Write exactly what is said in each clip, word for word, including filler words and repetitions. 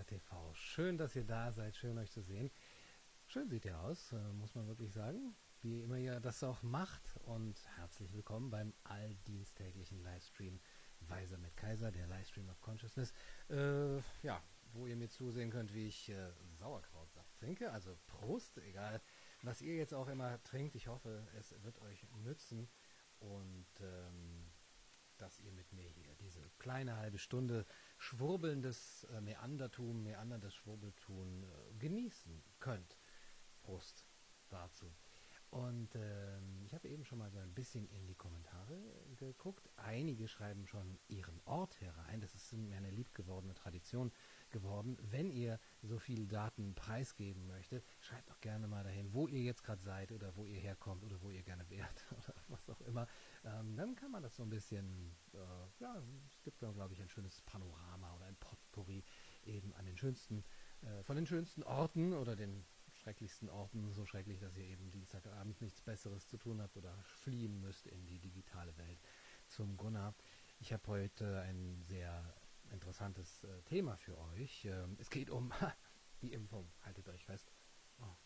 T V. Schön, dass ihr da seid, schön euch zu sehen. Schön sieht ihr aus, äh, muss man wirklich sagen. Wie immer ihr das auch macht. Und herzlich willkommen beim alldiensttäglichen Livestream Weiser mit Kaiser, der Livestream of Consciousness. Äh, ja, wo ihr mir zusehen könnt, wie ich äh, Sauerkrautsaft trinke. Also Prost, egal was ihr jetzt auch immer trinkt. Ich hoffe, es wird euch nützen. Und ähm, dass ihr mit mir hier diese kleine halbe Stunde schwurbelndes äh, Meandertum, meanderndes Schwurbeltun äh, genießen könnt. Prost dazu. Und ähm, ich habe eben schon mal so ein bisschen in die Kommentare geguckt. Einige schreiben schon ihren Ort herein. Das ist mir eine liebgewordene Tradition geworden. Wenn ihr so viele Daten preisgeben möchtet, schreibt doch gerne mal dahin, wo ihr jetzt gerade seid oder wo ihr herkommt oder wo ihr gerne wärt oder was auch immer. Ähm, dann kann man das so ein bisschen, äh, ja, es gibt da, glaube ich, ein schönes Panorama oder ein Potpourri eben an den schönsten, äh, von den schönsten Orten oder den schrecklichsten Orten, so schrecklich, dass ihr eben Dienstagabend nichts Besseres zu tun habt oder fliehen müsst in die digitale Welt zum Gunnar. Ich habe heute ein sehr interessantes äh, Thema für euch. Ähm, es geht um die Impfung, haltet euch fest. Oh.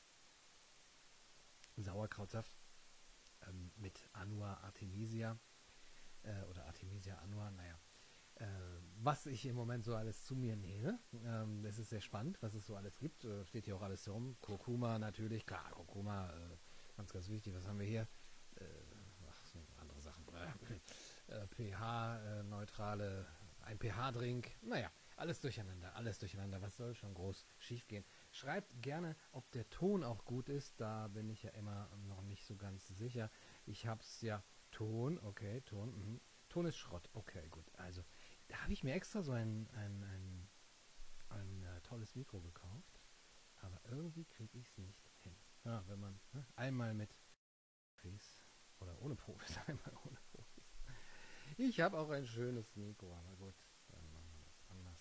Sauerkrautsaft ähm, mit Annua artemisia äh, oder Artemisia annua, naja. Äh, was ich im Moment so alles zu mir nehme. Ähm, es ist sehr spannend, was es so alles gibt. Äh, steht hier auch alles rum. Kurkuma natürlich, klar, Kurkuma, äh, ganz, ganz wichtig. Was haben wir hier? Äh, ach, so andere Sachen. Äh, pH-neutrale, ein pH-Drink. Naja, alles durcheinander, alles durcheinander. Was soll schon groß schief gehen? Schreibt gerne, ob der Ton auch gut ist. Da bin ich ja immer noch nicht so ganz sicher. Ich hab's ja Ton, okay, Ton, mhm. Ton ist Schrott, okay, gut. Also, da habe ich mir extra so ein, ein, ein, ein äh, tolles Mikro gekauft, aber irgendwie kriege ich es nicht hin. Ja, wenn man ne, einmal mit Profis oder ohne Profis, einmal ohne Profis. Ich habe auch ein schönes Mikro, aber gut, dann machen wir das anders.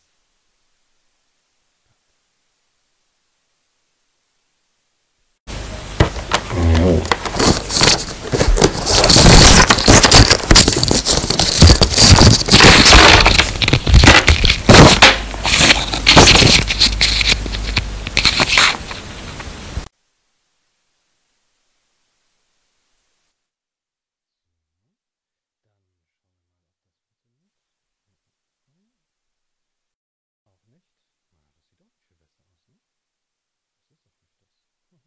Auch nicht. Na, das sieht auch nicht viel besser aus, ne? Das ist doch nicht das. Hm.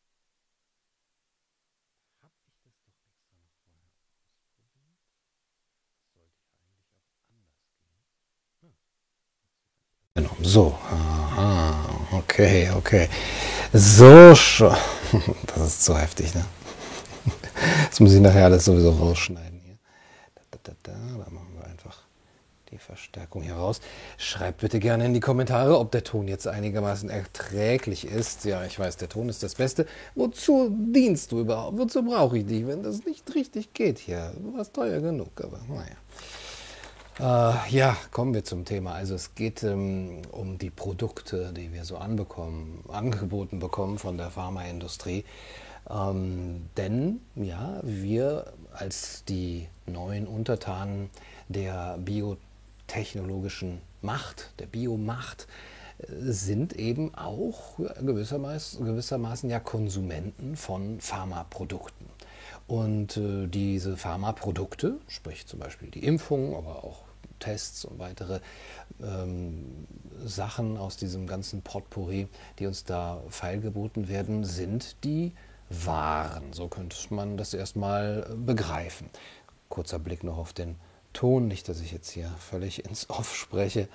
Hab ich das doch extra noch vorher ausprobiert? Das sollte ja eigentlich auch anders gehen. Hm. Genau, so. Aha, okay, okay. So schon. Das ist so heftig, ne? Das muss ich nachher alles sowieso rausschneiden hier. Da, da, da, da machen wir einfach die Verstärkung hier raus. Schreibt bitte gerne in die Kommentare, ob der Ton jetzt einigermaßen erträglich ist. Ja, ich weiß, der Ton ist das Beste. Wozu dienst du überhaupt? Wozu brauche ich dich, wenn das nicht richtig geht hier? Du warst teuer genug, aber naja. Äh, ja, kommen wir zum Thema. Also es geht ähm, um die Produkte, die wir so anbekommen, angeboten bekommen von der Pharmaindustrie. Ähm, denn ja, wir als die neuen Untertanen der biotechnologischen Macht, der Biomacht, äh, sind eben auch ja, gewissermaßen, gewissermaßen ja Konsumenten von Pharmaprodukten. Und äh, diese Pharmaprodukte, sprich zum Beispiel die Impfung, aber auch Tests und weitere ähm, Sachen aus diesem ganzen Potpourri, die uns da feilgeboten werden, sind die Waren. So könnte man das erstmal begreifen. Kurzer Blick noch auf den Ton, nicht, dass ich jetzt hier völlig ins Off spreche.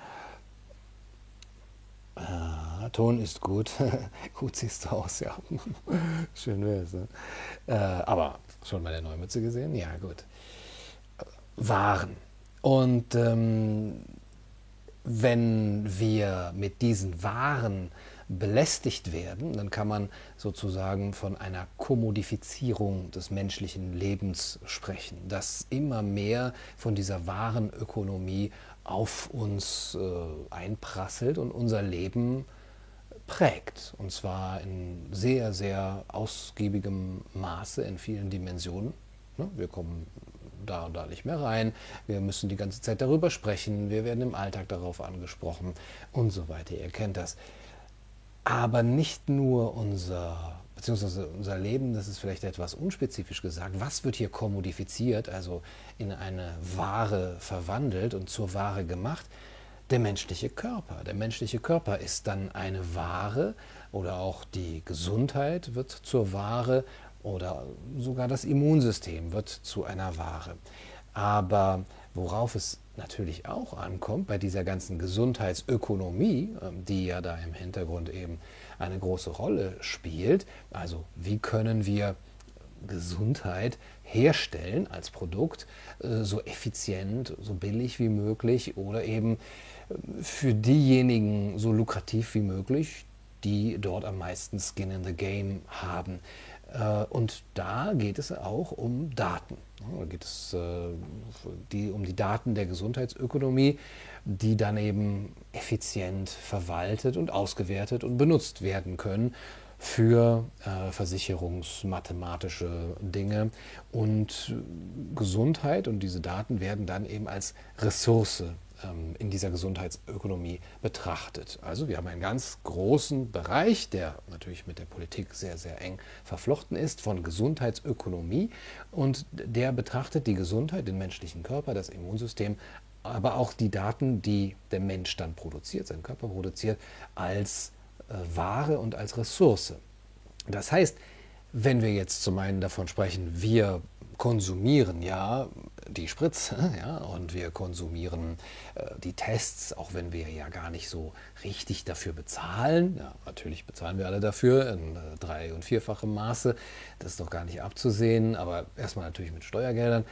Ah, Ton ist gut. Gut siehst du aus, ja. Schön wär's, ne? Äh, aber schon mal der Neumütze gesehen? Ja, gut. Waren. Und ähm, wenn wir mit diesen Waren belästigt werden, dann kann man sozusagen von einer Kommodifizierung des menschlichen Lebens sprechen, dass immer mehr von dieser Warenökonomie auf uns äh, einprasselt und unser Leben prägt. Und zwar in sehr, sehr ausgiebigem Maße, in vielen Dimensionen. Ne? Wir kommen da und da nicht mehr rein, wir müssen die ganze Zeit darüber sprechen, wir werden im Alltag darauf angesprochen und so weiter. Ihr kennt das. Aber nicht nur unser, beziehungsweise unser Leben, das ist vielleicht etwas unspezifisch gesagt, was wird hier kommodifiziert, also in eine Ware verwandelt und zur Ware gemacht? Der menschliche Körper. Der menschliche Körper ist dann eine Ware oder auch die Gesundheit wird zur Ware oder sogar das Immunsystem wird zu einer Ware. Aber worauf es natürlich auch ankommt bei dieser ganzen Gesundheitsökonomie, die ja da im Hintergrund eben eine große Rolle spielt, also wie können wir Gesundheit herstellen als Produkt, so effizient, so billig wie möglich oder eben für diejenigen so lukrativ wie möglich, die dort am meisten Skin in the Game haben. Und da geht es auch um Daten. Da geht es die, um die Daten der Gesundheitsökonomie, die dann eben effizient verwaltet und ausgewertet und benutzt werden können für äh, versicherungsmathematische Dinge. Und Gesundheit und diese Daten werden dann eben als Ressource ähm, in dieser Gesundheitsökonomie betrachtet. Also wir haben einen ganz großen Bereich, der natürlich mit der Politik sehr, sehr eng verflochten ist, von Gesundheitsökonomie. Und der betrachtet die Gesundheit, den menschlichen Körper, das Immunsystem, aber auch die Daten, die der Mensch dann produziert, sein Körper produziert, als Ware und als Ressource. Das heißt, wenn wir jetzt zum einen davon sprechen, wir konsumieren ja die Spritze, ja, und wir konsumieren äh, die Tests, auch wenn wir ja gar nicht so richtig dafür bezahlen. Ja, natürlich bezahlen wir alle dafür in äh, drei- und vierfachem Maße. Das ist doch gar nicht abzusehen, aber erstmal natürlich mit Steuergeldern.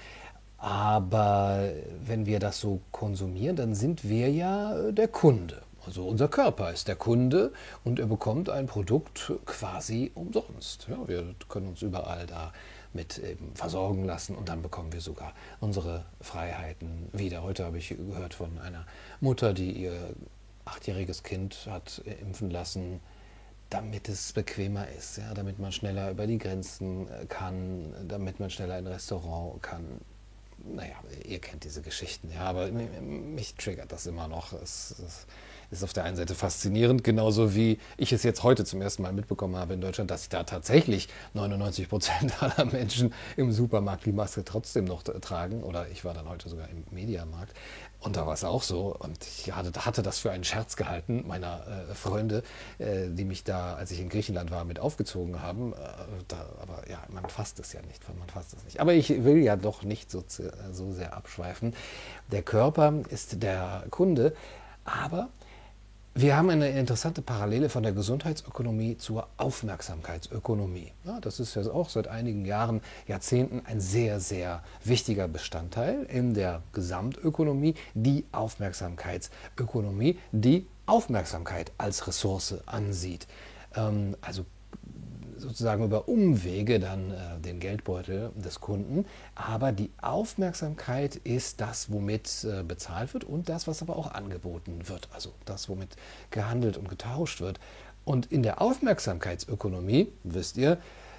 Aber wenn wir das so konsumieren, dann sind wir ja der Kunde. Also unser Körper ist der Kunde und er bekommt ein Produkt quasi umsonst. Ja, wir können uns überall da mit eben versorgen lassen und dann bekommen wir sogar unsere Freiheiten wieder. Heute habe ich gehört von einer Mutter, die ihr achtjähriges Kind hat impfen lassen, damit es bequemer ist, ja, damit man schneller über die Grenzen kann, damit man schneller in ein Restaurant kann. Naja, ihr kennt diese Geschichten, ja, aber mich triggert das immer noch. Es, es ist auf der einen Seite faszinierend, genauso wie ich es jetzt heute zum ersten Mal mitbekommen habe in Deutschland, dass da tatsächlich neunundneunzig Prozent aller Menschen im Supermarkt die Maske trotzdem noch tragen. Oder ich war dann heute sogar im Mediamarkt und da war es auch so. Und ich hatte das für einen Scherz gehalten, meiner äh, Freunde, äh, die mich da, als ich in Griechenland war, mit aufgezogen haben. Äh, da, aber ja, man fasst es ja nicht, man fasst es nicht. Aber ich will ja doch nicht so, so sehr abschweifen. Der Körper ist der Kunde, aber wir haben eine interessante Parallele von der Gesundheitsökonomie zur Aufmerksamkeitsökonomie. Ja, das ist ja auch seit einigen Jahren, Jahrzehnten ein sehr, sehr wichtiger Bestandteil in der Gesamtökonomie, die Aufmerksamkeitsökonomie, die Aufmerksamkeit als Ressource ansieht. Ähm, also sozusagen über Umwege dann äh, den Geldbeutel des Kunden. Aber die Aufmerksamkeit ist das, womit äh, bezahlt wird und das, was aber auch angeboten wird. Also das, womit gehandelt und getauscht wird. Und in der Aufmerksamkeitsökonomie, wisst ihr,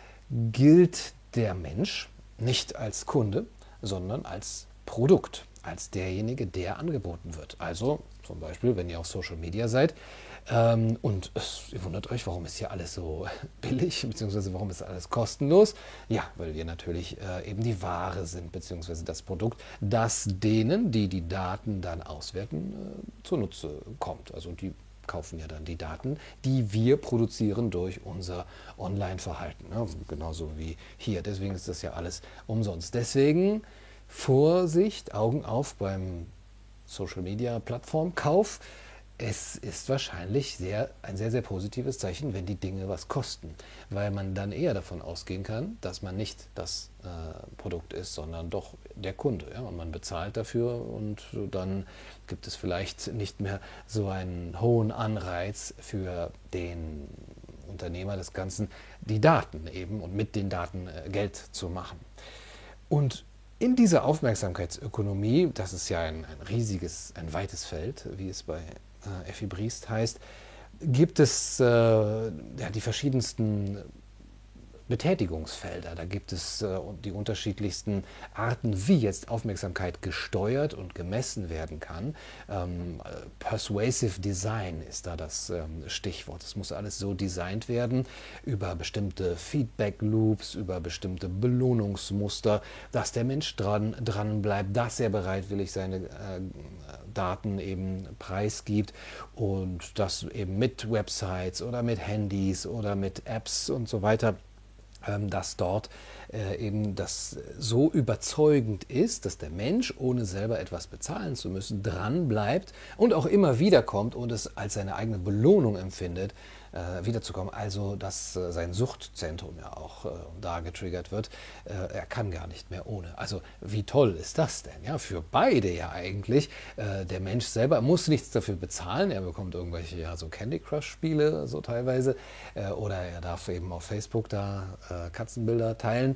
gilt der Mensch nicht als Kunde, sondern als Produkt, als derjenige, der angeboten wird. Also zum Beispiel, wenn ihr auf Social Media seid, Ähm, und es, ihr wundert euch, warum ist hier alles so billig, beziehungsweise warum ist alles kostenlos? Ja, weil wir natürlich äh, eben die Ware sind, beziehungsweise das Produkt, das denen, die die Daten dann auswerten, äh, zunutze kommt. Also die kaufen ja dann die Daten, die wir produzieren durch unser Online-Verhalten. Ne? Genauso wie hier. Deswegen ist das ja alles umsonst. Deswegen Vorsicht, Augen auf beim Social-Media-Plattformkauf. Es ist wahrscheinlich sehr, ein sehr, sehr positives Zeichen, wenn die Dinge was kosten, weil man dann eher davon ausgehen kann, dass man nicht das äh, Produkt ist, sondern doch der Kunde. Ja? Und man bezahlt dafür und dann gibt es vielleicht nicht mehr so einen hohen Anreiz für den Unternehmer des Ganzen, die Daten eben und mit den Daten äh, Geld zu machen. Und in dieser Aufmerksamkeitsökonomie, das ist ja ein, ein riesiges, ein weites Feld, wie es bei äh, Effi Briest heißt, gibt es äh, ja, die verschiedensten Betätigungsfelder. Da gibt es äh, die unterschiedlichsten Arten, wie jetzt Aufmerksamkeit gesteuert und gemessen werden kann. Ähm, Persuasive Design ist da das ähm, Stichwort. Es muss alles so designt werden über bestimmte Feedback-Loops, über bestimmte Belohnungsmuster, dass der Mensch dran, dran bleibt, dass er bereitwillig seine äh, Daten eben preisgibt und das eben mit Websites oder mit Handys oder mit Apps und so weiter, dass dort äh, eben das so überzeugend ist, dass der Mensch, ohne selber etwas bezahlen zu müssen, dran bleibt und auch immer wieder kommt und es als seine eigene Belohnung empfindet, äh, wiederzukommen. Also, dass äh, sein Suchtzentrum ja auch äh, da getriggert wird. Äh, er kann gar nicht mehr ohne. Also, wie toll ist das denn? Ja, für beide ja eigentlich. Äh, der Mensch selber muss nichts dafür bezahlen. Er bekommt irgendwelche ja, so Candy Crush Spiele, so teilweise. Äh, oder er darf eben auf Facebook da äh, Katzenbilder teilen.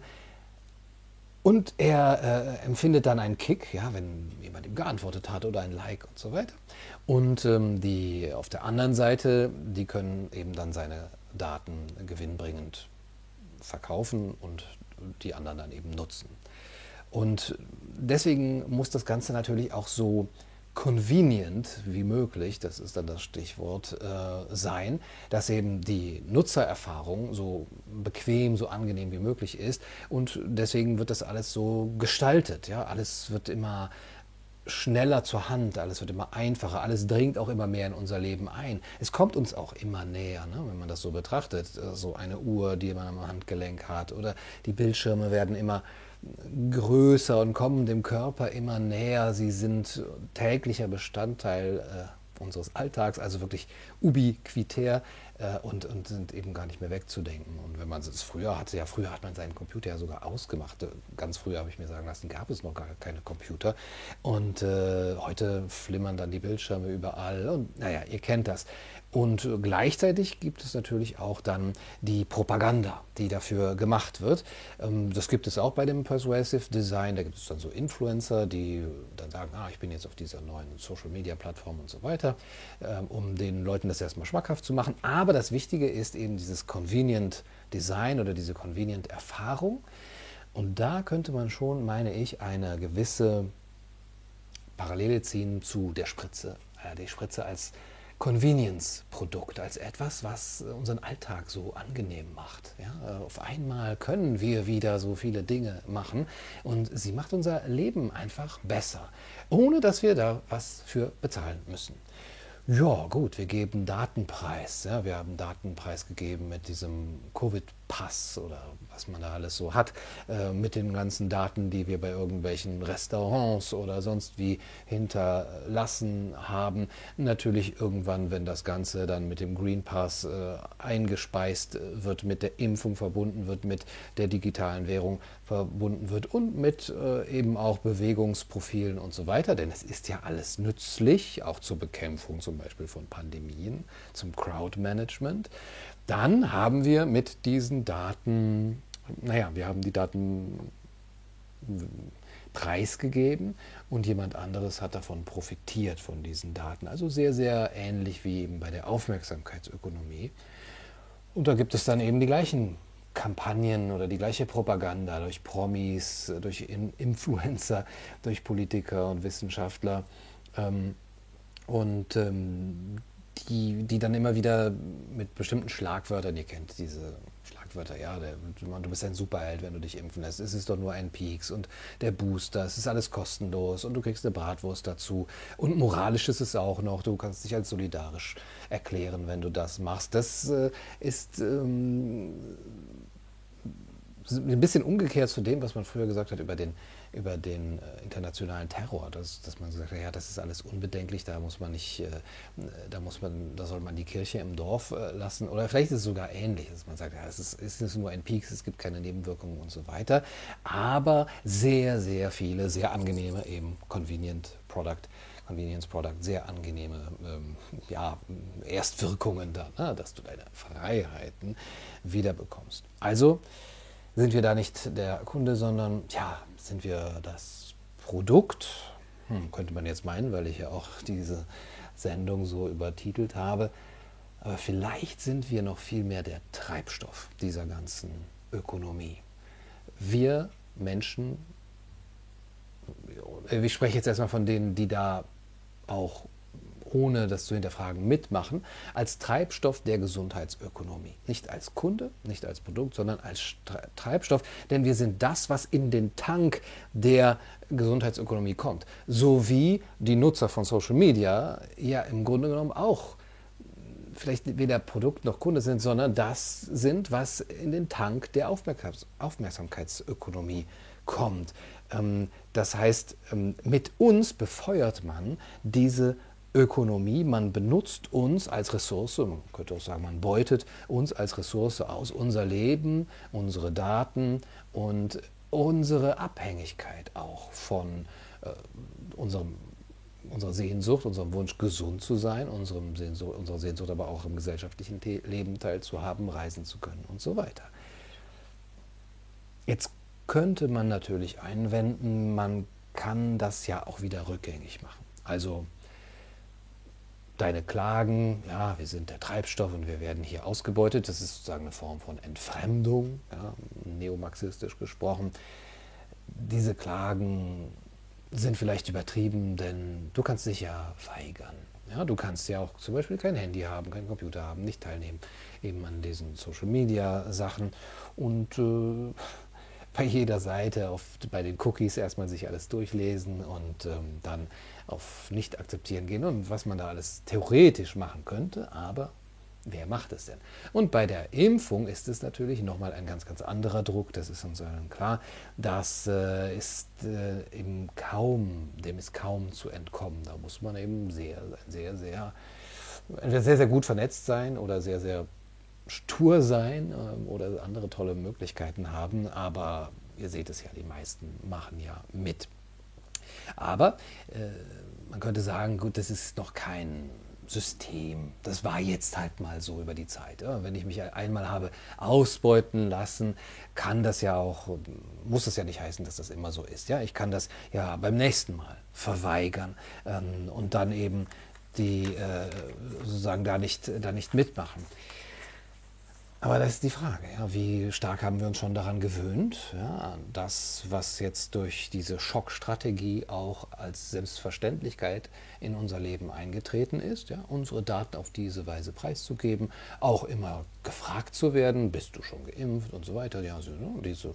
Und er äh, empfindet dann einen Kick, ja, wenn jemand ihm geantwortet hat oder ein Like und so weiter. Und ähm, die auf der anderen Seite, die können eben dann seine Daten gewinnbringend verkaufen und die anderen dann eben nutzen. Und deswegen muss das Ganze natürlich auch so convenient wie möglich, das ist dann das Stichwort, äh, sein, dass eben die Nutzererfahrung so bequem, so angenehm wie möglich ist. Und deswegen wird das alles so gestaltet. Ja? Alles wird immer schneller zur Hand, alles wird immer einfacher, alles dringt auch immer mehr in unser Leben ein. Es kommt uns auch immer näher, ne, wenn man das so betrachtet. So eine Uhr, die man am Handgelenk hat, oder die Bildschirme werden immer größer und kommen dem Körper immer näher. Sie sind täglicher Bestandteil äh, unseres Alltags, also wirklich ubiquitär äh, und, und sind eben gar nicht mehr wegzudenken. Und wenn man es früher hatte, ja früher hat man seinen Computer ja sogar ausgemacht. Ganz früher, habe ich mir sagen lassen, gab es noch gar keine Computer. Und äh, heute flimmern dann die Bildschirme überall und naja, ihr kennt das. Und gleichzeitig gibt es natürlich auch dann die Propaganda, die dafür gemacht wird. Das gibt es auch bei dem Persuasive Design. Da gibt es dann so Influencer, die dann sagen, ah, ich bin jetzt auf dieser neuen Social-Media-Plattform und so weiter, um den Leuten das erstmal schmackhaft zu machen. Aber das Wichtige ist eben dieses Convenient Design oder diese Convenient Erfahrung. Und da könnte man schon, meine ich, eine gewisse Parallele ziehen zu der Spritze. Die Spritze als Convenience-Produkt, als etwas, was unseren Alltag so angenehm macht. Ja, auf einmal können wir wieder so viele Dinge machen und sie macht unser Leben einfach besser, ohne dass wir da was für bezahlen müssen. Ja, gut, wir geben Datenpreis. Ja, wir haben Datenpreis gegeben mit diesem Covid-Pass oder was man da alles so hat, äh, mit den ganzen Daten, die wir bei irgendwelchen Restaurants oder sonst wie hinterlassen haben. Natürlich irgendwann, wenn das Ganze dann mit dem Green Pass äh, eingespeist wird, mit der Impfung verbunden wird, mit der digitalen Währung verbunden wird und mit äh, eben auch Bewegungsprofilen und so weiter. Denn es ist ja alles nützlich, auch zur Bekämpfung zum Beispiel von Pandemien, zum Crowdmanagement. Dann haben wir mit diesen Daten, naja, wir haben die Daten preisgegeben und jemand anderes hat davon profitiert, von diesen Daten. Also sehr, sehr ähnlich wie eben bei der Aufmerksamkeitsökonomie. Und da gibt es dann eben die gleichen Kampagnen oder die gleiche Propaganda durch Promis, durch Influencer, durch Politiker und Wissenschaftler. Ähm, und ähm, die, die dann immer wieder mit bestimmten Schlagwörtern, ihr kennt diese Schlagwörter, ja, der, du bist ein Superheld, wenn du dich impfen lässt, es ist doch nur ein Pieks und der Booster, es ist alles kostenlos und du kriegst eine Bratwurst dazu und moralisch ist es auch noch, du kannst dich als solidarisch erklären, wenn du das machst. Das äh, ist ähm, ein bisschen umgekehrt zu dem, was man früher gesagt hat über den, über den äh, internationalen Terror, dass, dass man gesagt hat, ja, das ist alles unbedenklich, da muss man nicht, äh, da muss man, da soll man die Kirche im Dorf äh, lassen. Oder vielleicht ist es sogar ähnlich, dass man sagt, ja, es ist, es ist nur ein Pieks, es gibt keine Nebenwirkungen und so weiter. Aber sehr, sehr viele, sehr angenehme eben Convenient Product. Convenience Product, sehr angenehme ähm, ja, Erstwirkungen da, ne, dass du deine Freiheiten wiederbekommst. Also sind wir da nicht der Kunde, sondern ja, sind wir das Produkt, hm, könnte man jetzt meinen, weil ich ja auch diese Sendung so übertitelt habe. Aber vielleicht sind wir noch viel mehr der Treibstoff dieser ganzen Gesundheitsökonomie. Wir Menschen, ich spreche jetzt erstmal von denen, die da auch ohne das zu hinterfragen mitmachen, als Treibstoff der Gesundheitsökonomie. Nicht als Kunde, nicht als Produkt, sondern als Treibstoff, denn wir sind das, was in den Tank der Gesundheitsökonomie kommt. So wie die Nutzer von Social Media ja im Grunde genommen auch vielleicht weder Produkt noch Kunde sind, sondern das sind, was in den Tank der Aufmerksamkeitsökonomie kommt. Das heißt, mit uns befeuert man diese Ökonomie, man benutzt uns als Ressource, man könnte auch sagen, man beutet uns als Ressource aus, unser Leben, unsere Daten und unsere Abhängigkeit auch von äh, unserem, unserer Sehnsucht, unserem Wunsch, gesund zu sein, unserem Sehnsucht, unserer Sehnsucht aber auch im gesellschaftlichen Leben teilzuhaben, reisen zu können und so weiter. Jetzt könnte man natürlich einwenden, man kann das ja auch wieder rückgängig machen. Also deine Klagen, ja, wir sind der Treibstoff und wir werden hier ausgebeutet, das ist sozusagen eine Form von Entfremdung, ja, neomarxistisch gesprochen. Diese Klagen sind vielleicht übertrieben, denn du kannst dich ja weigern. Ja, du kannst ja auch zum Beispiel kein Handy haben, keinen Computer haben, nicht teilnehmen eben an diesen Social-Media-Sachen und äh, bei jeder Seite, auf, bei den Cookies erstmal sich alles durchlesen und ähm, dann auf Nicht akzeptieren gehen und was man da alles theoretisch machen könnte, aber wer macht es denn? Und bei der Impfung ist es natürlich nochmal ein ganz, ganz anderer Druck, das ist uns allen klar. Das äh, ist äh, eben kaum, dem ist kaum zu entkommen. Da muss man eben sehr, sehr, sehr, entweder sehr, sehr gut vernetzt sein oder sehr, sehr stur sein äh, oder andere tolle Möglichkeiten haben, aber ihr seht es ja, die meisten machen ja mit. Aber äh, man könnte sagen, gut, das ist noch kein System. Das war jetzt halt mal so über die Zeit. Ja? Wenn ich mich einmal habe ausbeuten lassen, kann das ja auch, muss das ja nicht heißen, dass das immer so ist. Ja? Ich kann das ja beim nächsten Mal verweigern ähm, und dann eben die äh, sozusagen da nicht, da nicht mitmachen. Aber das ist die Frage, ja, wie stark haben wir uns schon daran gewöhnt, ja, an das, was jetzt durch diese Schockstrategie auch als Selbstverständlichkeit in unser Leben eingetreten ist, ja, unsere Daten auf diese Weise preiszugeben, auch immer gefragt zu werden, bist du schon geimpft und so weiter, ja, so, ne, diese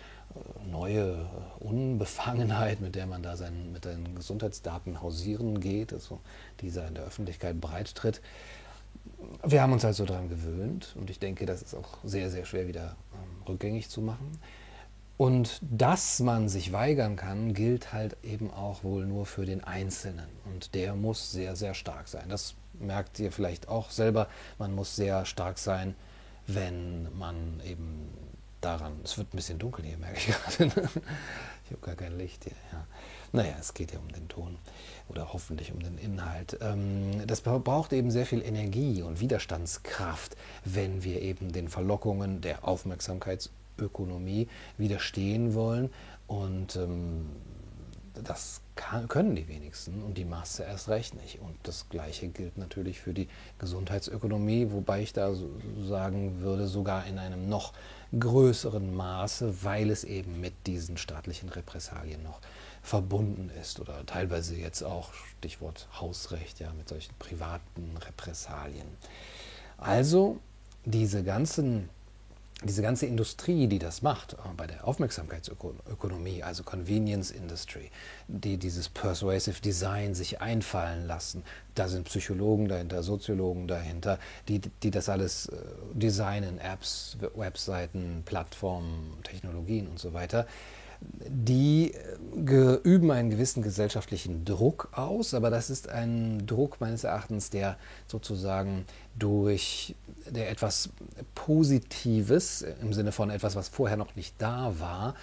neue Unbefangenheit, mit der man da seinen, mit seinen Gesundheitsdaten hausieren geht, also dieser in der Öffentlichkeit breit tritt. Wir haben uns halt so daran gewöhnt und ich denke, das ist auch sehr, sehr schwer wieder ähm, rückgängig zu machen. Und dass man sich weigern kann, gilt halt eben auch wohl nur für den Einzelnen. Und der muss sehr, sehr stark sein. Das merkt ihr vielleicht auch selber. Man muss sehr stark sein, wenn man eben daran... Es wird ein bisschen dunkel hier, merke ich gerade. Ich habe gar kein Licht hier. Ja. Naja, es geht ja um den Ton oder hoffentlich um den Inhalt. Das braucht eben sehr viel Energie und Widerstandskraft, wenn wir eben den Verlockungen der Aufmerksamkeitsökonomie widerstehen wollen. Und ähm, das kann, können die wenigsten und die Masse erst recht nicht. Und das Gleiche gilt natürlich für die Gesundheitsökonomie, wobei ich da so sagen würde, sogar in einem noch größeren Maße, weil es eben mit diesen staatlichen Repressalien noch verbunden ist oder teilweise jetzt auch, Stichwort Hausrecht, ja, mit solchen privaten Repressalien. Also diese ganzen Diese ganze Industrie, die das macht, bei der Aufmerksamkeitsökonomie, also Convenience Industry, die dieses Persuasive Design sich einfallen lassen, da sind Psychologen dahinter, Soziologen dahinter, die, die das alles designen, Apps, Webseiten, Plattformen, Technologien und so weiter, die üben einen gewissen gesellschaftlichen Druck aus, aber das ist ein Druck meines Erachtens, der sozusagen durch der etwas Positives, im Sinne von etwas, was vorher noch nicht da war,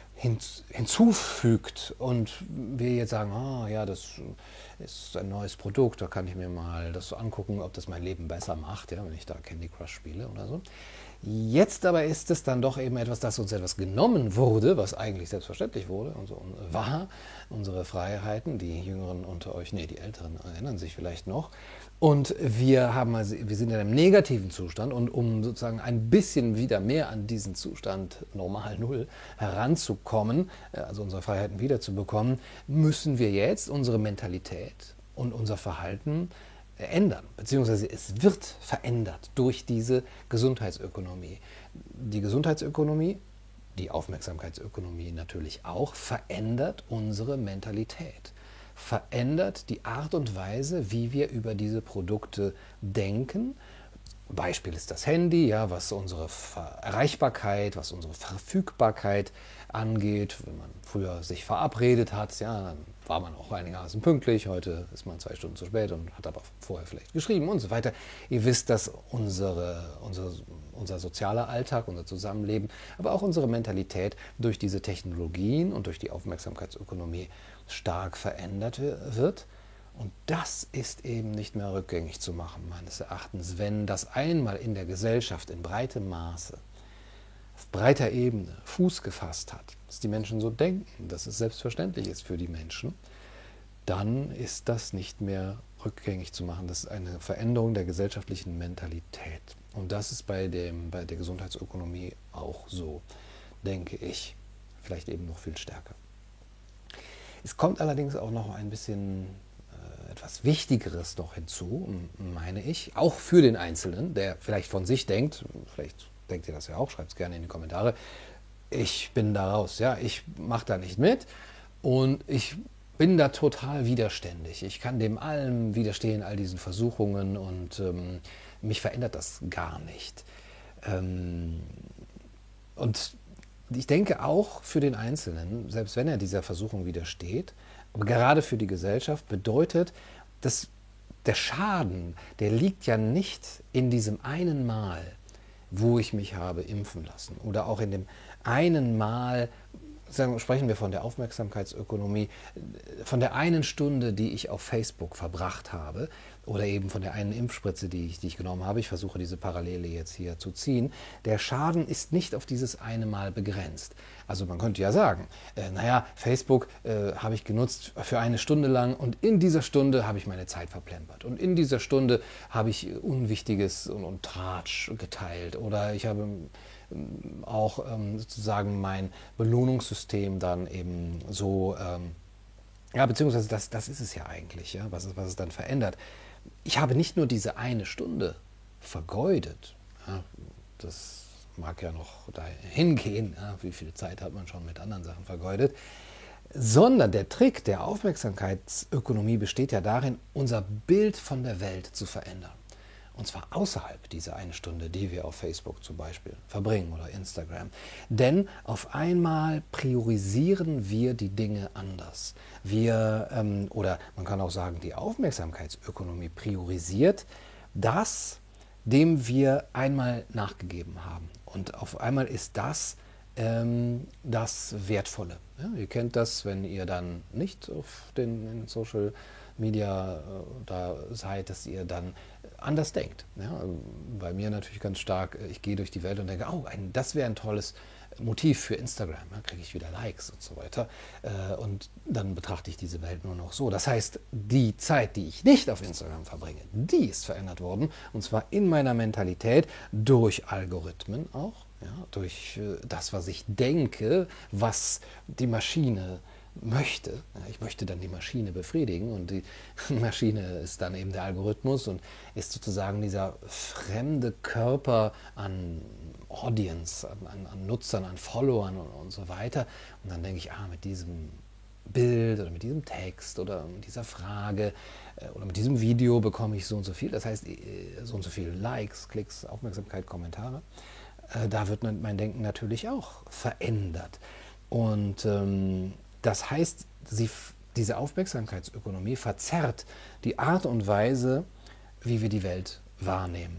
hinzufügt und wir jetzt sagen, ah ja, das ist ein neues Produkt, da kann ich mir mal das so angucken, ob das mein Leben besser macht, ja, wenn ich da Candy Crush spiele oder so. Jetzt aber ist es dann doch eben etwas, das uns etwas genommen wurde, was eigentlich selbstverständlich wurde und so war, unsere Freiheiten. Die Jüngeren unter euch, nee, die Älteren erinnern sich vielleicht noch. Und wir, haben also, wir sind in einem negativen Zustand, und um sozusagen ein bisschen wieder mehr an diesen Zustand normal Null heranzukommen, also unsere Freiheiten wiederzubekommen, müssen wir jetzt unsere Mentalität und unser Verhalten ändern, beziehungsweise es wird verändert durch diese Gesundheitsökonomie. Die Gesundheitsökonomie, die Aufmerksamkeitsökonomie natürlich auch, verändert unsere Mentalität, verändert die Art und Weise, wie wir über diese Produkte denken. Beispiel ist das Handy, ja, was unsere Erreichbarkeit, was unsere Verfügbarkeit angeht. Wenn man früher sich verabredet hat, ja, dann war man auch einigermaßen pünktlich. Heute ist man zwei Stunden zu spät und hat aber vorher vielleicht geschrieben und so weiter. Ihr wisst, dass unsere, unser, unser sozialer Alltag, unser Zusammenleben, aber auch unsere Mentalität durch diese Technologien und durch die Aufmerksamkeitsökonomie stark verändert wird. Und das ist eben nicht mehr rückgängig zu machen, meines Erachtens, wenn das einmal in der Gesellschaft in breitem Maße, auf breiter Ebene Fuß gefasst hat, dass die Menschen so denken, dass es selbstverständlich ist für die Menschen, dann ist das nicht mehr rückgängig zu machen. Das ist eine Veränderung der gesellschaftlichen Mentalität. Und das ist bei, dem, bei der Gesundheitsökonomie auch so, denke ich. Vielleicht eben noch viel stärker. Es kommt allerdings auch noch ein bisschen etwas Wichtigeres noch hinzu, meine ich, auch für den Einzelnen, der vielleicht von sich denkt, vielleicht denkt ihr das ja auch, schreibt es gerne in die Kommentare, ich bin da raus, ja, ich mache da nicht mit und ich bin da total widerständig. Ich kann dem allem widerstehen, all diesen Versuchungen, und ähm, mich verändert das gar nicht. Ähm, und ich denke auch für den Einzelnen, selbst wenn er dieser Versuchung widersteht, aber gerade für die Gesellschaft bedeutet, dass der Schaden, der liegt ja nicht in diesem einen Mal, wo ich mich habe impfen lassen, oder auch in dem einen Mal, sagen, sprechen wir von der Aufmerksamkeitsökonomie, von der einen Stunde, die ich auf Facebook verbracht habe, oder eben von der einen Impfspritze, die ich, die ich genommen habe. Ich versuche diese Parallele jetzt hier zu ziehen. Der Schaden ist nicht auf dieses eine Mal begrenzt. Also man könnte ja sagen, äh, naja, Facebook äh, habe ich genutzt für eine Stunde lang, und in dieser Stunde habe ich meine Zeit verplempert. Und in dieser Stunde habe ich Unwichtiges und, und Tratsch geteilt. Oder ich habe ähm, auch ähm, sozusagen mein Belohnungssystem dann eben so, ähm, ja, beziehungsweise das, das ist es ja eigentlich, ja, was es, was es dann verändert. Ich habe nicht nur diese eine Stunde vergeudet, ja, das mag ja noch dahin gehen, ja, wie viel Zeit hat man schon mit anderen Sachen vergeudet, sondern der Trick der Aufmerksamkeitsökonomie besteht ja darin, unser Bild von der Welt zu verändern. Und zwar außerhalb dieser eine Stunde, die wir auf Facebook zum Beispiel verbringen oder Instagram. Denn auf einmal priorisieren wir die Dinge anders. Wir, ähm, oder man kann auch sagen, die Aufmerksamkeitsökonomie priorisiert das, dem wir einmal nachgegeben haben. Und auf einmal ist das ähm, das Wertvolle. Ja, ihr kennt das, wenn ihr dann nicht auf den in Social Media äh, da seid, dass ihr dann anders denkt. Ja, bei mir natürlich ganz stark, ich gehe durch die Welt und denke, oh, ein, das wäre ein tolles Motiv für Instagram, ja, kriege ich wieder Likes und so weiter. Äh, und dann betrachte ich diese Welt nur noch so. Das heißt, die Zeit, die ich nicht auf Instagram verbringe, die ist verändert worden. Und zwar in meiner Mentalität durch Algorithmen auch, ja, durch äh, das, was ich denke, was die Maschine möchte. Ich möchte dann die Maschine befriedigen, und die Maschine ist dann eben der Algorithmus und ist sozusagen dieser fremde Körper an Audience, an, an Nutzern, an Followern und, und so weiter. Und dann denke ich, ah, mit diesem Bild oder mit diesem Text oder mit dieser Frage äh, oder mit diesem Video bekomme ich so und so viel. Das heißt, so und so viele Likes, Klicks, Aufmerksamkeit, Kommentare. Äh, da wird mein Denken natürlich auch verändert. Und ähm, das heißt, sie, diese Aufmerksamkeitsökonomie verzerrt die Art und Weise, wie wir die Welt wahrnehmen.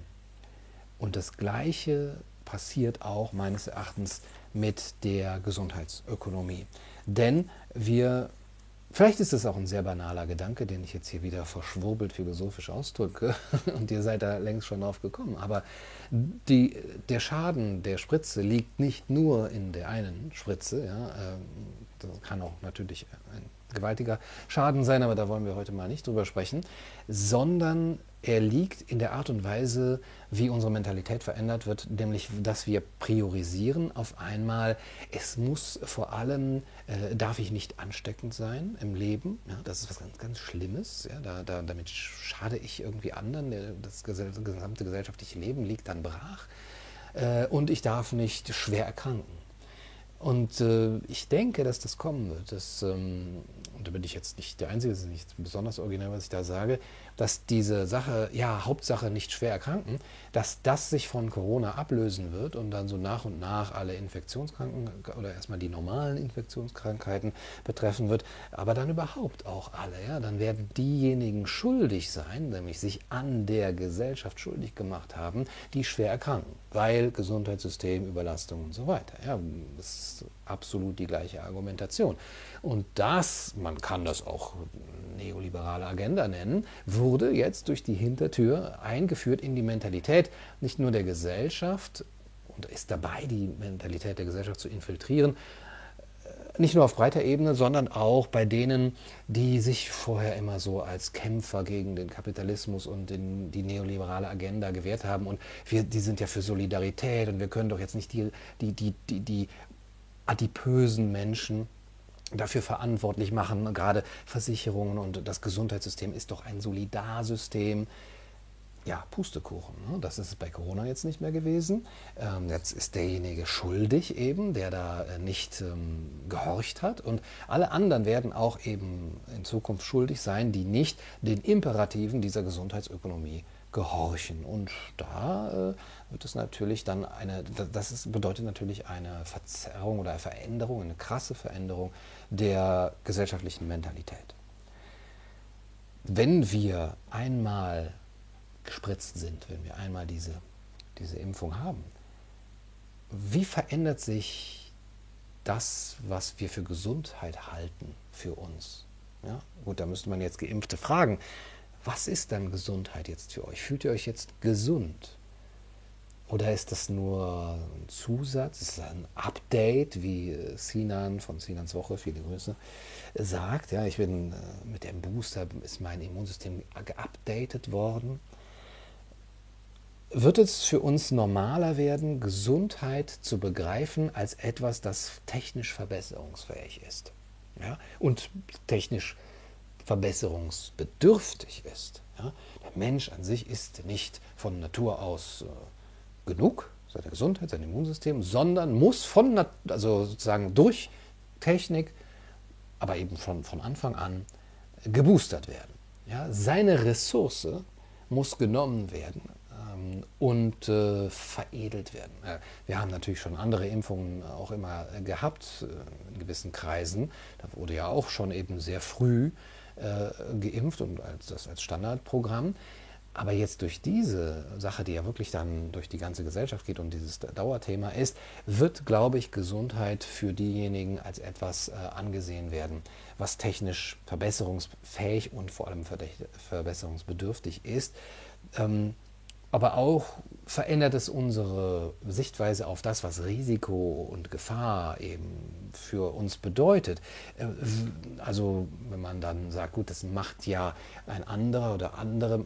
Und das Gleiche passiert auch meines Erachtens mit der Gesundheitsökonomie. Denn wir Vielleicht ist es auch ein sehr banaler Gedanke, den ich jetzt hier wieder verschwurbelt philosophisch ausdrücke und ihr seid da längst schon drauf gekommen. Aber die, der Schaden der Spritze liegt nicht nur in der einen Spritze. Ja, ähm, das kann auch natürlich ein gewaltiger Schaden sein, aber da wollen wir heute mal nicht drüber sprechen, sondern er liegt in der Art und Weise, wie unsere Mentalität verändert wird, nämlich, dass wir priorisieren auf einmal, es muss vor allem, äh, darf ich nicht ansteckend sein im Leben, ja, das ist was ganz, ganz Schlimmes, ja, da, da, damit schade ich irgendwie anderen, das gesamte gesellschaftliche Leben liegt dann brach, äh, und ich darf nicht schwer erkranken. Und äh, ich denke, dass das kommen wird. Dass, ähm, und da bin ich jetzt nicht der Einzige, das ist nicht besonders originell, was ich da sage, dass diese Sache, ja, Hauptsache nicht schwer erkranken, dass das sich von Corona ablösen wird und dann so nach und nach alle Infektionskranken oder erstmal die normalen Infektionskrankheiten betreffen wird, aber dann überhaupt auch alle. Ja? Dann werden diejenigen schuldig sein, nämlich sich an der Gesellschaft schuldig gemacht haben, die schwer erkranken, weil Gesundheitssystem, Überlastung und so weiter. Ja? Das ist absolut die gleiche Argumentation. Und das, man kann das auch neoliberale Agenda nennen, wurde jetzt durch die Hintertür eingeführt in die Mentalität nicht nur der Gesellschaft und ist dabei, die Mentalität der Gesellschaft zu infiltrieren, nicht nur auf breiter Ebene, sondern auch bei denen, die sich vorher immer so als Kämpfer gegen den Kapitalismus und den, die neoliberale Agenda gewehrt haben. Und wir, die sind ja für Solidarität und wir können doch jetzt nicht die, die, die, die, die adipösen Menschen dafür verantwortlich machen. Gerade Versicherungen und das Gesundheitssystem ist doch ein Solidarsystem. Ja, Pustekuchen. Ne? Das ist bei Corona jetzt nicht mehr gewesen. Ähm, jetzt ist derjenige schuldig eben, der da äh, nicht ähm, gehorcht hat. Und alle anderen werden auch eben in Zukunft schuldig sein, die nicht den Imperativen dieser Gesundheitsökonomie gehorchen. Und da äh, wird es natürlich dann eine, das ist, bedeutet natürlich eine Verzerrung oder eine Veränderung, eine krasse Veränderung der gesellschaftlichen Mentalität. Wenn wir einmal gespritzt sind, wenn wir einmal diese, diese Impfung haben, wie verändert sich das, was wir für Gesundheit halten für uns? Ja? Gut, da müsste man jetzt Geimpfte fragen, was ist dann Gesundheit jetzt für euch? Fühlt ihr euch jetzt gesund? Oder ist das nur ein Zusatz, ist das ein Update, wie Sinan von Sinans Woche, viele Grüße, sagt? Ja, ich bin mit dem Booster, ist mein Immunsystem geupdatet worden. Wird es für uns normaler werden, Gesundheit zu begreifen als etwas, das technisch verbesserungsfähig ist, ja? Und technisch verbesserungsbedürftig ist. Ja? Der Mensch an sich ist nicht von Natur aus äh, genug, seine Gesundheit, sein Immunsystem, sondern muss von, Nat also sozusagen durch Technik, aber eben von, von Anfang an geboostert werden. Ja? Seine Ressource muss genommen werden und äh, veredelt werden. Wir haben natürlich schon andere Impfungen auch immer gehabt in gewissen Kreisen. Da wurde ja auch schon eben sehr früh äh, geimpft und als, das als Standardprogramm. Aber jetzt durch diese Sache, die ja wirklich dann durch die ganze Gesellschaft geht und dieses Dauerthema ist, wird, glaube ich, Gesundheit für diejenigen als etwas äh, angesehen werden, was technisch verbesserungsfähig und vor allem verbesserungsbedürftig ist. Ähm, Aber auch verändert es unsere Sichtweise auf das, was Risiko und Gefahr eben für uns bedeutet. Also wenn man dann sagt, gut, das macht ja ein anderer oder andere,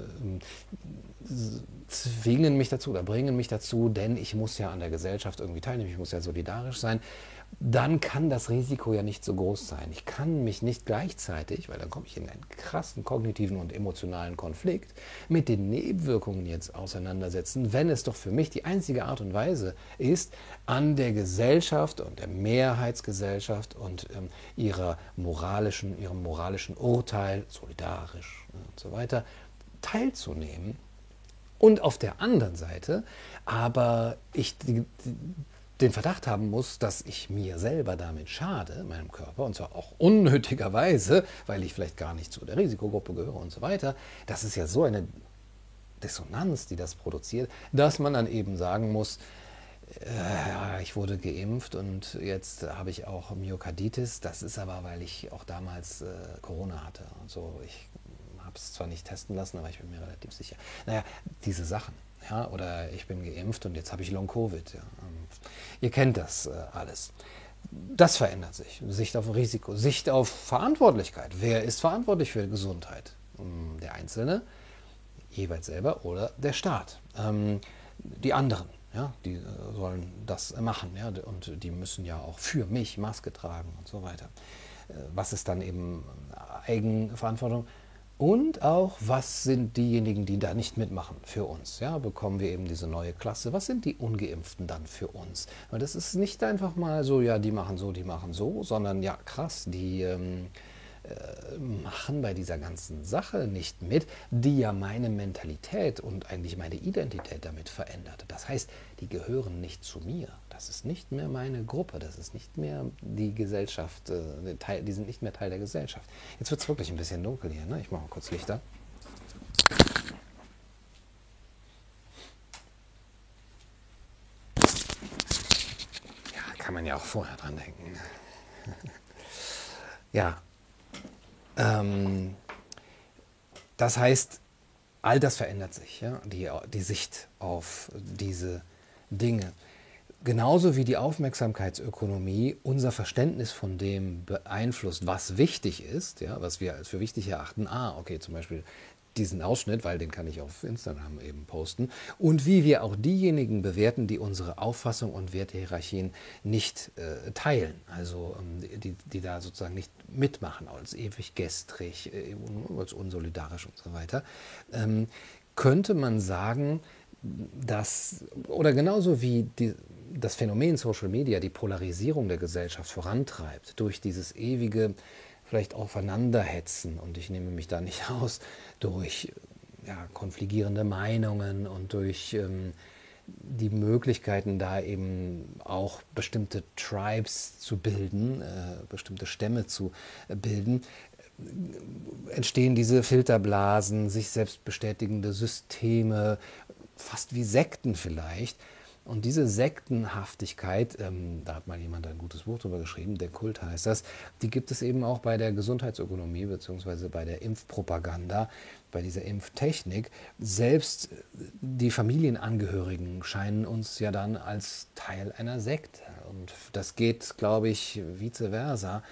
äh, zwingen mich dazu oder bringen mich dazu, denn ich muss ja an der Gesellschaft irgendwie teilnehmen, ich muss ja solidarisch sein. Dann kann das Risiko ja nicht so groß sein. Ich kann mich nicht gleichzeitig, weil dann komme ich in einen krassen kognitiven und emotionalen Konflikt, mit den Nebenwirkungen jetzt auseinandersetzen, wenn es doch für mich die einzige Art und Weise ist, an der Gesellschaft und der Mehrheitsgesellschaft und ähm, ihrer moralischen, ihrem moralischen Urteil, solidarisch und so weiter, teilzunehmen. Und auf der anderen Seite aber ich die, die, den Verdacht haben muss, dass ich mir selber damit schade, meinem Körper, und zwar auch unnötigerweise, weil ich vielleicht gar nicht zu der Risikogruppe gehöre und so weiter. Das ist ja so eine Dissonanz, die das produziert, dass man dann eben sagen muss, Äh, ich wurde geimpft und jetzt habe ich auch Myokarditis. Das ist aber, weil ich auch damals äh, Corona hatte. Also ich habe es zwar nicht testen lassen, aber ich bin mir relativ sicher. Naja, diese Sachen. Ja, oder ich bin geimpft und jetzt habe ich Long-Covid. Ja. Ähm, Ihr kennt das äh, alles. Das verändert sich. Sicht auf Risiko, Sicht auf Verantwortlichkeit. Wer ist verantwortlich für Gesundheit? Ähm, Der Einzelne, jeweils selber, oder der Staat. Ähm, die anderen, ja, die äh, sollen das machen, ja, und die müssen ja auch für mich Maske tragen und so weiter. Äh, was ist dann eben Eigenverantwortung? Und auch, was sind diejenigen, die da nicht mitmachen für uns? Ja, bekommen wir eben diese neue Klasse? Was sind die Ungeimpften dann für uns? Weil das ist nicht einfach mal so, ja, die machen so, die machen so, sondern ja, krass, die ähm, äh, machen bei dieser ganzen Sache nicht mit, die ja meine Mentalität und eigentlich meine Identität damit verändert. Das heißt, die gehören nicht zu mir. Das ist nicht mehr meine Gruppe. Das ist nicht mehr die Gesellschaft. Äh, Teil, die sind nicht mehr Teil der Gesellschaft. Jetzt wird es wirklich ein bisschen dunkel hier. Ne? Ich mache mal kurz Lichter. Ja, kann man ja auch vorher dran denken. Ja, ähm, das heißt, all das verändert sich, ja? die, die Sicht auf diese Dinge. Genauso wie die Aufmerksamkeitsökonomie unser Verständnis von dem beeinflusst, was wichtig ist, ja, was wir als für wichtig erachten. Ah, okay, zum Beispiel diesen Ausschnitt, weil den kann ich auf Instagram eben posten. Und wie wir auch diejenigen bewerten, die unsere Auffassung und Wertehierarchien nicht äh, teilen. Also ähm, die, die da sozusagen nicht mitmachen, als ewig gestrig, äh, als unsolidarisch und so weiter. Ähm, könnte man sagen, dass, oder genauso wie die, das Phänomen Social Media die Polarisierung der Gesellschaft vorantreibt, durch dieses ewige, vielleicht aufeinanderhetzen, und ich nehme mich da nicht aus, durch ja, konfligierende Meinungen und durch ähm, die Möglichkeiten, da eben auch bestimmte Tribes zu bilden, äh, bestimmte Stämme zu äh, bilden, entstehen diese Filterblasen, sich selbst bestätigende Systeme, fast wie Sekten vielleicht. Und diese Sektenhaftigkeit, ähm, da hat mal jemand ein gutes Buch drüber geschrieben, der Kult heißt das, die gibt es eben auch bei der Gesundheitsökonomie bzw. bei der Impfpropaganda, bei dieser Impftechnik. Selbst die Familienangehörigen scheinen uns ja dann als Teil einer Sekte. Und das geht, glaube ich, vice versa,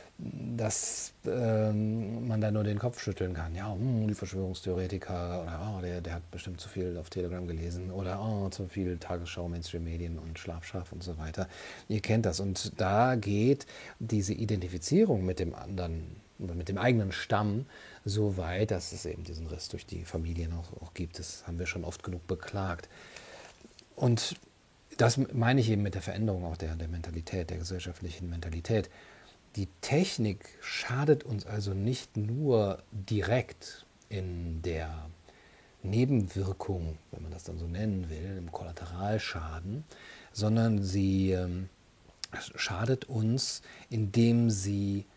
dass ähm, man da nur den Kopf schütteln kann. Ja, hm, die Verschwörungstheoretiker oder oh, der, der hat bestimmt zu viel auf Telegram gelesen oder oh, zu viel Tagesschau, Mainstream-Medien und Schlafschaf und so weiter. Ihr kennt das. Und da geht diese Identifizierung mit dem anderen, mit dem eigenen Stamm so weit, dass es eben diesen Riss durch die Familien auch, auch gibt. Das haben wir schon oft genug beklagt. Und das meine ich eben mit der Veränderung auch der, der Mentalität, der gesellschaftlichen Mentalität. Die Technik schadet uns also nicht nur direkt in der Nebenwirkung, wenn man das dann so nennen will, im Kollateralschaden, sondern sie ähm, schadet uns, indem sie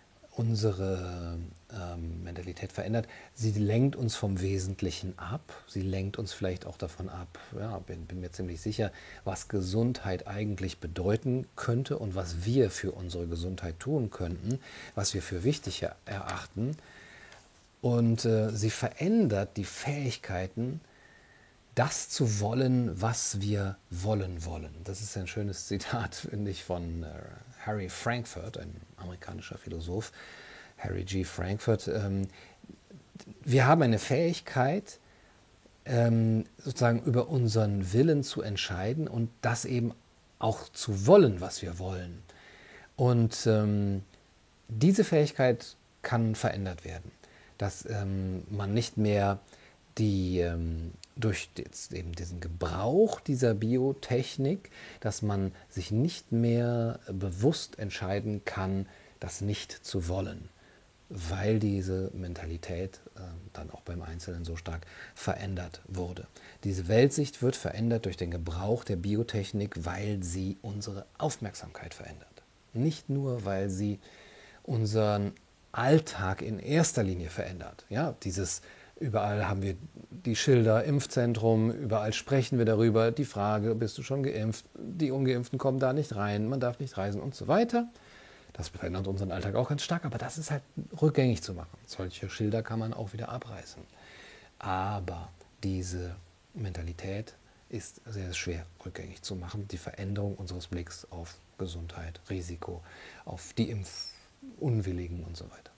unsere ähm, Mentalität verändert. Sie lenkt uns vom Wesentlichen ab. Sie lenkt uns vielleicht auch davon ab, ja, bin, bin mir ziemlich sicher, was Gesundheit eigentlich bedeuten könnte und was wir für unsere Gesundheit tun könnten, was wir für wichtig erachten. Und äh, sie verändert die Fähigkeiten, das zu wollen, was wir wollen wollen. Das ist ein schönes Zitat, finde ich, von äh, Harry Frankfurt, ein amerikanischer Philosoph, Harry G. Frankfurt. Ähm, wir haben eine Fähigkeit, ähm, sozusagen über unseren Willen zu entscheiden und das eben auch zu wollen, was wir wollen. Und ähm, diese Fähigkeit kann verändert werden, dass ähm, man nicht mehr die ähm, durch jetzt eben diesen Gebrauch dieser Biotechnik, dass man sich nicht mehr bewusst entscheiden kann, das nicht zu wollen, weil diese Mentalität äh, dann auch beim Einzelnen so stark verändert wurde. Diese Weltsicht wird verändert durch den Gebrauch der Biotechnik, weil sie unsere Aufmerksamkeit verändert. Nicht nur, weil sie unseren Alltag in erster Linie verändert. Ja, dieses Überall haben wir die Schilder, Impfzentrum, überall sprechen wir darüber. Die Frage, bist du schon geimpft? Die Ungeimpften kommen da nicht rein, man darf nicht reisen und so weiter. Das verändert unseren Alltag auch ganz stark, aber das ist halt rückgängig zu machen. Solche Schilder kann man auch wieder abreißen. Aber diese Mentalität ist sehr schwer rückgängig zu machen. Die Veränderung unseres Blicks auf Gesundheit, Risiko, auf die Impfunwilligen und so weiter.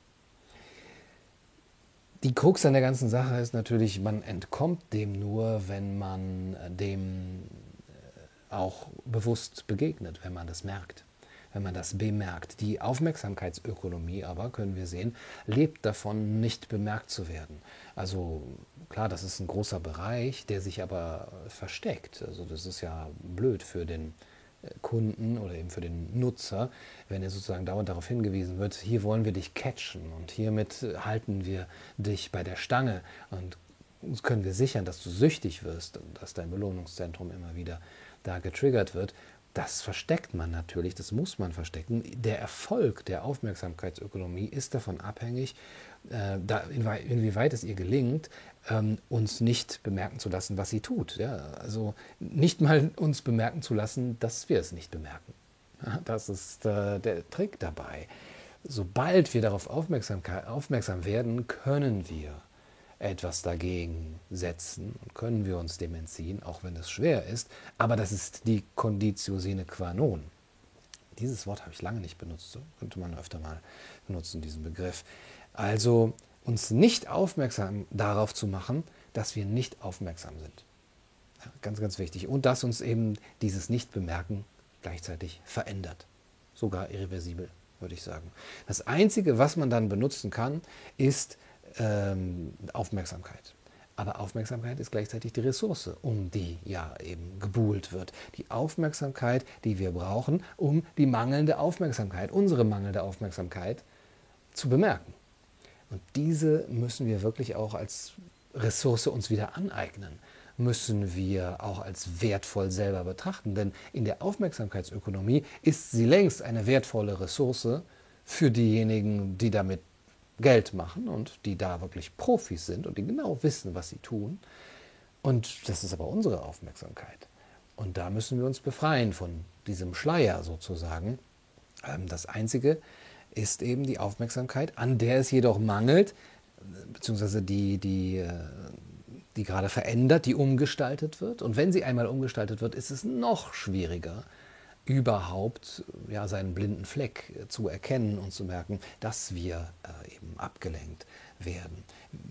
Die Krux an der ganzen Sache ist natürlich, man entkommt dem nur, wenn man dem auch bewusst begegnet, wenn man das merkt, wenn man das bemerkt. Die Aufmerksamkeitsökonomie aber, können wir sehen, lebt davon, nicht bemerkt zu werden. Also klar, das ist ein großer Bereich, der sich aber versteckt. Also das ist ja blöd für den Kunden oder eben für den Nutzer, wenn er sozusagen dauernd darauf hingewiesen wird, hier wollen wir dich catchen und hiermit halten wir dich bei der Stange und uns können wir sichern, dass du süchtig wirst und dass dein Belohnungszentrum immer wieder da getriggert wird. Das versteckt man natürlich, das muss man verstecken. Der Erfolg der Aufmerksamkeitsökonomie ist davon abhängig, äh, da, inwieweit es ihr gelingt, ähm, uns nicht bemerken zu lassen, was sie tut. Ja? Also nicht mal uns bemerken zu lassen, dass wir es nicht bemerken. Ja, das ist äh, der Trick dabei. Sobald wir darauf aufmerksam, aufmerksam werden, können wir etwas dagegen setzen und können wir uns dem entziehen, auch wenn es schwer ist. Aber das ist die Conditio sine qua non. Dieses Wort habe ich lange nicht benutzt, so könnte man öfter mal benutzen, diesen Begriff. Also uns nicht aufmerksam darauf zu machen, dass wir nicht aufmerksam sind. Ja, ganz, ganz wichtig. Und dass uns eben dieses Nicht-Bemerken gleichzeitig verändert. Sogar irreversibel, würde ich sagen. Das Einzige, was man dann benutzen kann, ist ähm, Aufmerksamkeit. Aber Aufmerksamkeit ist gleichzeitig die Ressource, um die ja eben gebuhlt wird. Die Aufmerksamkeit, die wir brauchen, um die mangelnde Aufmerksamkeit, unsere mangelnde Aufmerksamkeit zu bemerken. Und diese müssen wir wirklich auch als Ressource uns wieder aneignen, müssen wir auch als wertvoll selber betrachten. Denn in der Aufmerksamkeitsökonomie ist sie längst eine wertvolle Ressource für diejenigen, die damit Geld machen und die da wirklich Profis sind und die genau wissen, was sie tun. Und das ist aber unsere Aufmerksamkeit. Und da müssen wir uns befreien von diesem Schleier sozusagen. Das Einzige ist eben die Aufmerksamkeit, an der es jedoch mangelt, beziehungsweise die, die, die gerade verändert, die umgestaltet wird. Und wenn sie einmal umgestaltet wird, ist es noch schwieriger, überhaupt ja, seinen blinden Fleck zu erkennen und zu merken, dass wir äh, eben abgelenkt werden.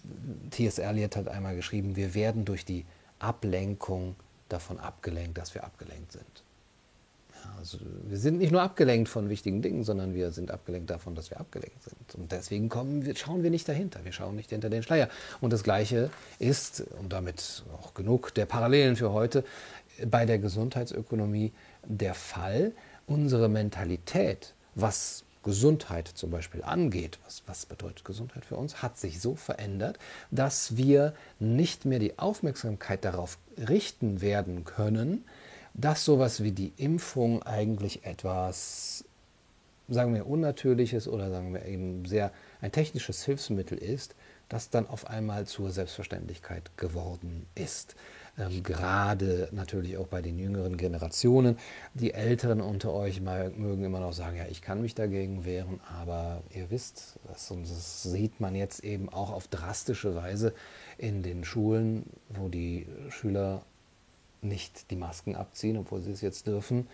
T S Eliot hat einmal geschrieben, wir werden durch die Ablenkung davon abgelenkt, dass wir abgelenkt sind. Ja, also wir sind nicht nur abgelenkt von wichtigen Dingen, sondern wir sind abgelenkt davon, dass wir abgelenkt sind. Und deswegen kommen wir, schauen wir nicht dahinter, wir schauen nicht hinter den Schleier. Und das Gleiche ist, und damit auch genug der Parallelen für heute, bei der Gesundheitsökonomie der Fall. Unsere Mentalität, was Gesundheit zum Beispiel angeht, was, was bedeutet Gesundheit für uns, hat sich so verändert, dass wir nicht mehr die Aufmerksamkeit darauf richten werden können, dass sowas wie die Impfung eigentlich etwas, sagen wir, Unnatürliches oder sagen wir eben sehr ein technisches Hilfsmittel ist, das dann auf einmal zur Selbstverständlichkeit geworden ist. Ähm, gerade natürlich auch bei den jüngeren Generationen. Die Älteren unter euch mögen immer noch sagen, ja, ich kann mich dagegen wehren, aber ihr wisst, das, und das sieht man jetzt eben auch auf drastische Weise in den Schulen, wo die Schüler nicht die Masken abziehen, obwohl sie es jetzt dürfen.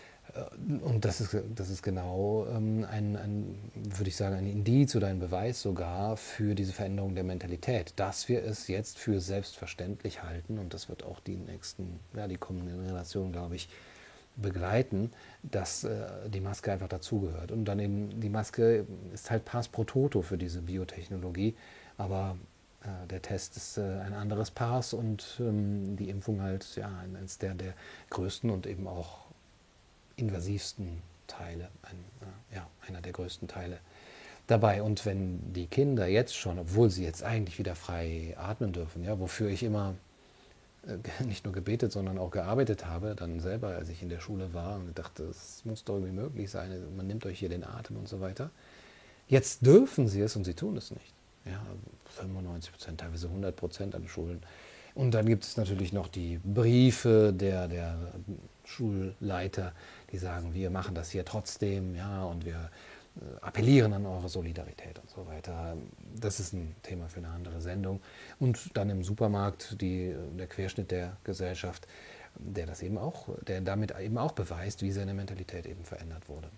Und das ist, das ist genau ähm, ein, ein, würde ich sagen, ein Indiz oder ein Beweis sogar für diese Veränderung der Mentalität, dass wir es jetzt für selbstverständlich halten, und das wird auch die nächsten, ja, die kommenden Generationen, glaube ich, begleiten, dass äh, die Maske einfach dazugehört. Und dann eben, die Maske ist halt Pass pro Toto für diese Biotechnologie, aber äh, der Test ist äh, ein anderes Pass und ähm, die Impfung halt, ja, eines der, der größten und eben auch invasivsten Teile, ein, äh, ja, einer der größten Teile dabei. Und wenn die Kinder jetzt schon, obwohl sie jetzt eigentlich wieder frei atmen dürfen, ja, wofür ich immer äh, nicht nur gebetet, sondern auch gearbeitet habe, dann selber, als ich in der Schule war und dachte, es muss doch irgendwie möglich sein, man nimmt euch hier den Atem und so weiter. Jetzt dürfen sie es und sie tun es nicht. Ja, fünfundneunzig Prozent, teilweise hundert Prozent an Schulen. Und dann gibt es natürlich noch die Briefe der, der Schulleiter, die sagen, wir machen das hier trotzdem, ja, und wir äh, appellieren an eure Solidarität und so weiter. Das ist ein Thema für eine andere Sendung. Und dann im Supermarkt die, der Querschnitt der Gesellschaft, der das eben auch, der damit eben auch beweist, wie seine Mentalität eben verändert wurde.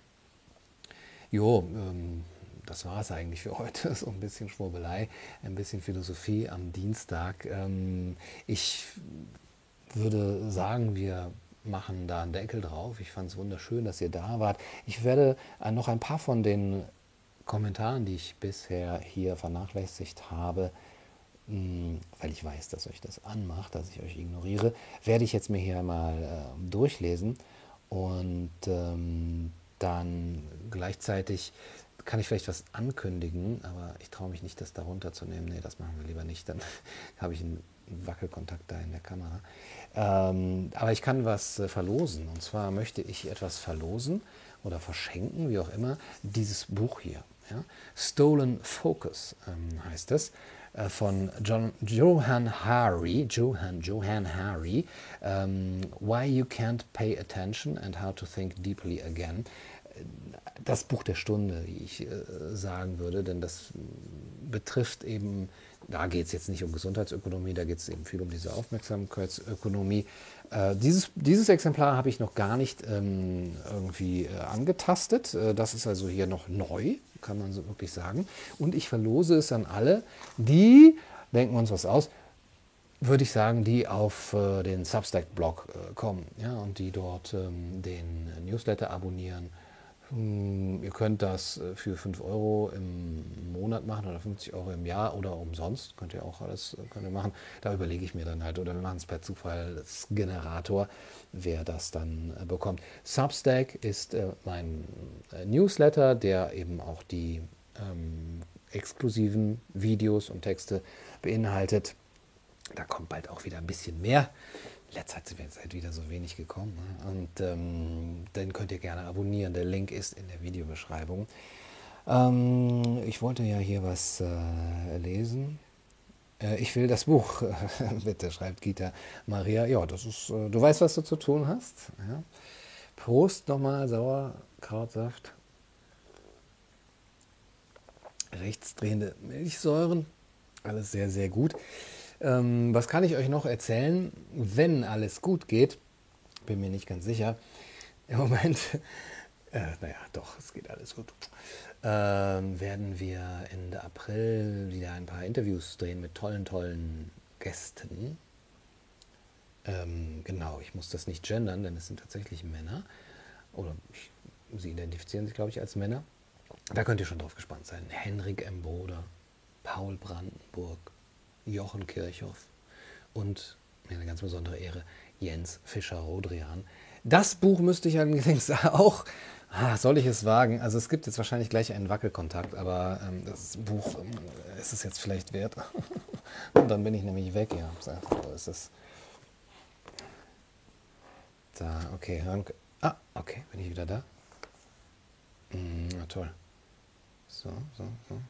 Jo, ähm, das war es eigentlich für heute. So ein bisschen Schwurbelei, ein bisschen Philosophie am Dienstag. Ähm, ich würde sagen, wir machen da einen Deckel drauf. Ich fand es wunderschön, dass ihr da wart. Ich werde äh, noch ein paar von den Kommentaren, die ich bisher hier vernachlässigt habe, mh, weil ich weiß, dass euch das anmacht, dass ich euch ignoriere, werde ich jetzt mir hier mal äh, durchlesen und ähm, dann gleichzeitig kann ich vielleicht was ankündigen, aber ich traue mich nicht, das da runterzunehmen. Nee, das machen wir lieber nicht, dann habe ich einen Wackelkontakt da in der Kamera. Ähm, aber ich kann was äh, verlosen. Und zwar möchte ich etwas verlosen oder verschenken, wie auch immer, dieses Buch hier. Ja? Stolen Focus ähm, heißt es, äh, von John, Johann Hari, Johann, Johann Hari, ähm, Why You Can't Pay Attention and How to Think Deeply Again. Das Buch der Stunde, wie ich äh, sagen würde, denn das betrifft eben, da geht es jetzt nicht um Gesundheitsökonomie, da geht es eben viel um diese Aufmerksamkeitsökonomie. Äh, dieses, dieses Exemplar habe ich noch gar nicht ähm, irgendwie äh, angetastet. Äh, das ist also hier noch neu, kann man so wirklich sagen. Und ich verlose es an alle, die, denken wir uns was aus, würde ich sagen, die auf äh, den Substack-Blog äh, kommen, ja, und die dort ähm, den Newsletter abonnieren. Hm, ihr könnt das äh, für fünf Euro im Monat machen oder fünfzig Euro im Jahr oder umsonst. Könnt ihr auch alles äh, könnt ihr machen. Da überlege ich mir dann halt, oder wir machen es per Zufallsgenerator, wer das dann äh, bekommt. Substack ist äh, mein äh, Newsletter, der eben auch die ähm, exklusiven Videos und Texte beinhaltet. Da kommt bald auch wieder ein bisschen mehr. In letzter Zeit sind wir jetzt halt wieder so wenig gekommen. Ne? Und ähm, den könnt ihr gerne abonnieren. Der Link ist in der Videobeschreibung. Ähm, ich wollte ja hier was äh, lesen. Äh, ich will das Buch, bitte, schreibt Gita Maria. Ja, das ist, äh, du weißt, was du zu tun hast. Ja? Prost nochmal, Sauerkrautsaft. Rechtsdrehende Milchsäuren. Alles sehr, sehr gut. Ähm, was kann ich euch noch erzählen? Wenn alles gut geht, bin mir nicht ganz sicher. Im Moment, äh, naja, doch, es geht alles gut. Ähm, werden wir Ende April wieder ein paar Interviews drehen mit tollen, tollen Gästen. Ähm, genau, ich muss das nicht gendern, denn es sind tatsächlich Männer. Oder ich, sie identifizieren sich, glaube ich, als Männer. Da könnt ihr schon drauf gespannt sein. Henrik M. Broder, Paul Brandenburg, Jochen Kirchhoff und eine ganz besondere Ehre, Jens Fischer-Rodrian. Das Buch müsste ich allerdings auch, ah, soll ich es wagen? Also es gibt jetzt wahrscheinlich gleich einen Wackelkontakt, aber ähm, das Buch ähm, ist es jetzt vielleicht wert. Und dann bin ich nämlich weg, ja. So ist es. Da, okay. Ah, okay, bin ich wieder da? Mm, na toll. So, so, so.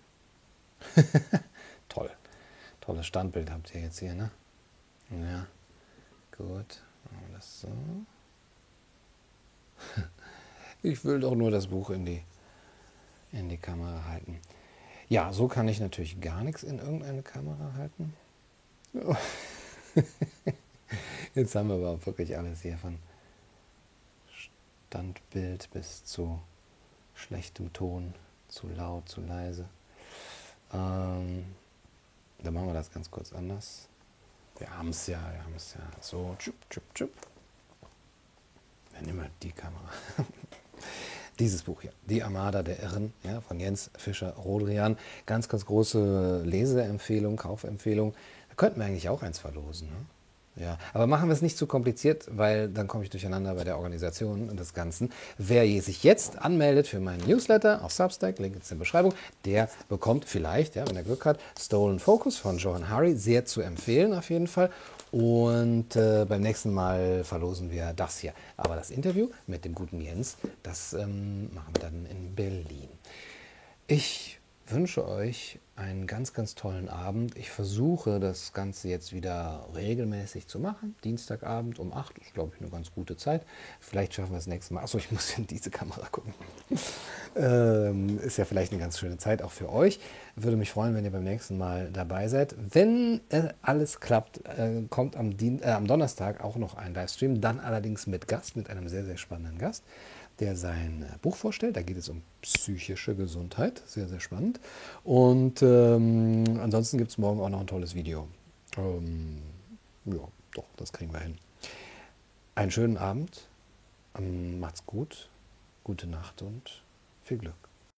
Toll. Tolles Standbild habt ihr jetzt hier, ne? Ja, gut. Machen wir das so. Ich will doch nur das Buch in die, in die Kamera halten. Ja, so kann ich natürlich gar nichts in irgendeine Kamera halten. Jetzt haben wir aber wirklich alles hier von Standbild bis zu schlechtem Ton, zu laut, zu leise. Ähm, dann machen wir das ganz kurz anders. Wir haben es ja, wir haben es ja so. Tschup, tschup, tschup. Dann nehmen wir die Kamera. Dieses Buch hier, Die Armada der Irren, ja, von Jens Fischer-Rodrian. Ganz, ganz große Leseempfehlung, Kaufempfehlung. Da könnten wir eigentlich auch eins verlosen. Ne? Ja, aber machen wir es nicht zu kompliziert, weil dann komme ich durcheinander bei der Organisation des Ganzen. Wer sich jetzt anmeldet für meinen Newsletter auf Substack, Link ist in der Beschreibung, der bekommt vielleicht, ja, wenn er Glück hat, Stolen Focus von Johann Hari, sehr zu empfehlen auf jeden Fall. Und äh, beim nächsten Mal verlosen wir das hier. Aber das Interview mit dem guten Jens, das ähm, machen wir dann in Berlin. Ich wünsche euch einen ganz, ganz tollen Abend. Ich versuche das Ganze jetzt wieder regelmäßig zu machen. Dienstagabend um acht ist, glaube ich, eine ganz gute Zeit. Vielleicht schaffen wir es nächstes Mal. Achso, ich muss in diese Kamera gucken. ähm, ist ja vielleicht eine ganz schöne Zeit auch für euch. Würde mich freuen, wenn ihr beim nächsten Mal dabei seid. Wenn äh, alles klappt, äh, kommt am, Dien äh, am Donnerstag auch noch ein Livestream, dann allerdings mit Gast, mit einem sehr, sehr spannenden Gast, der sein Buch vorstellt. Da geht es um psychische Gesundheit. Sehr, sehr spannend. Und ähm, ansonsten gibt es morgen auch noch ein tolles Video. Ähm, ja, doch, das kriegen wir hin. Einen schönen Abend. Ähm, macht's gut. Gute Nacht und viel Glück.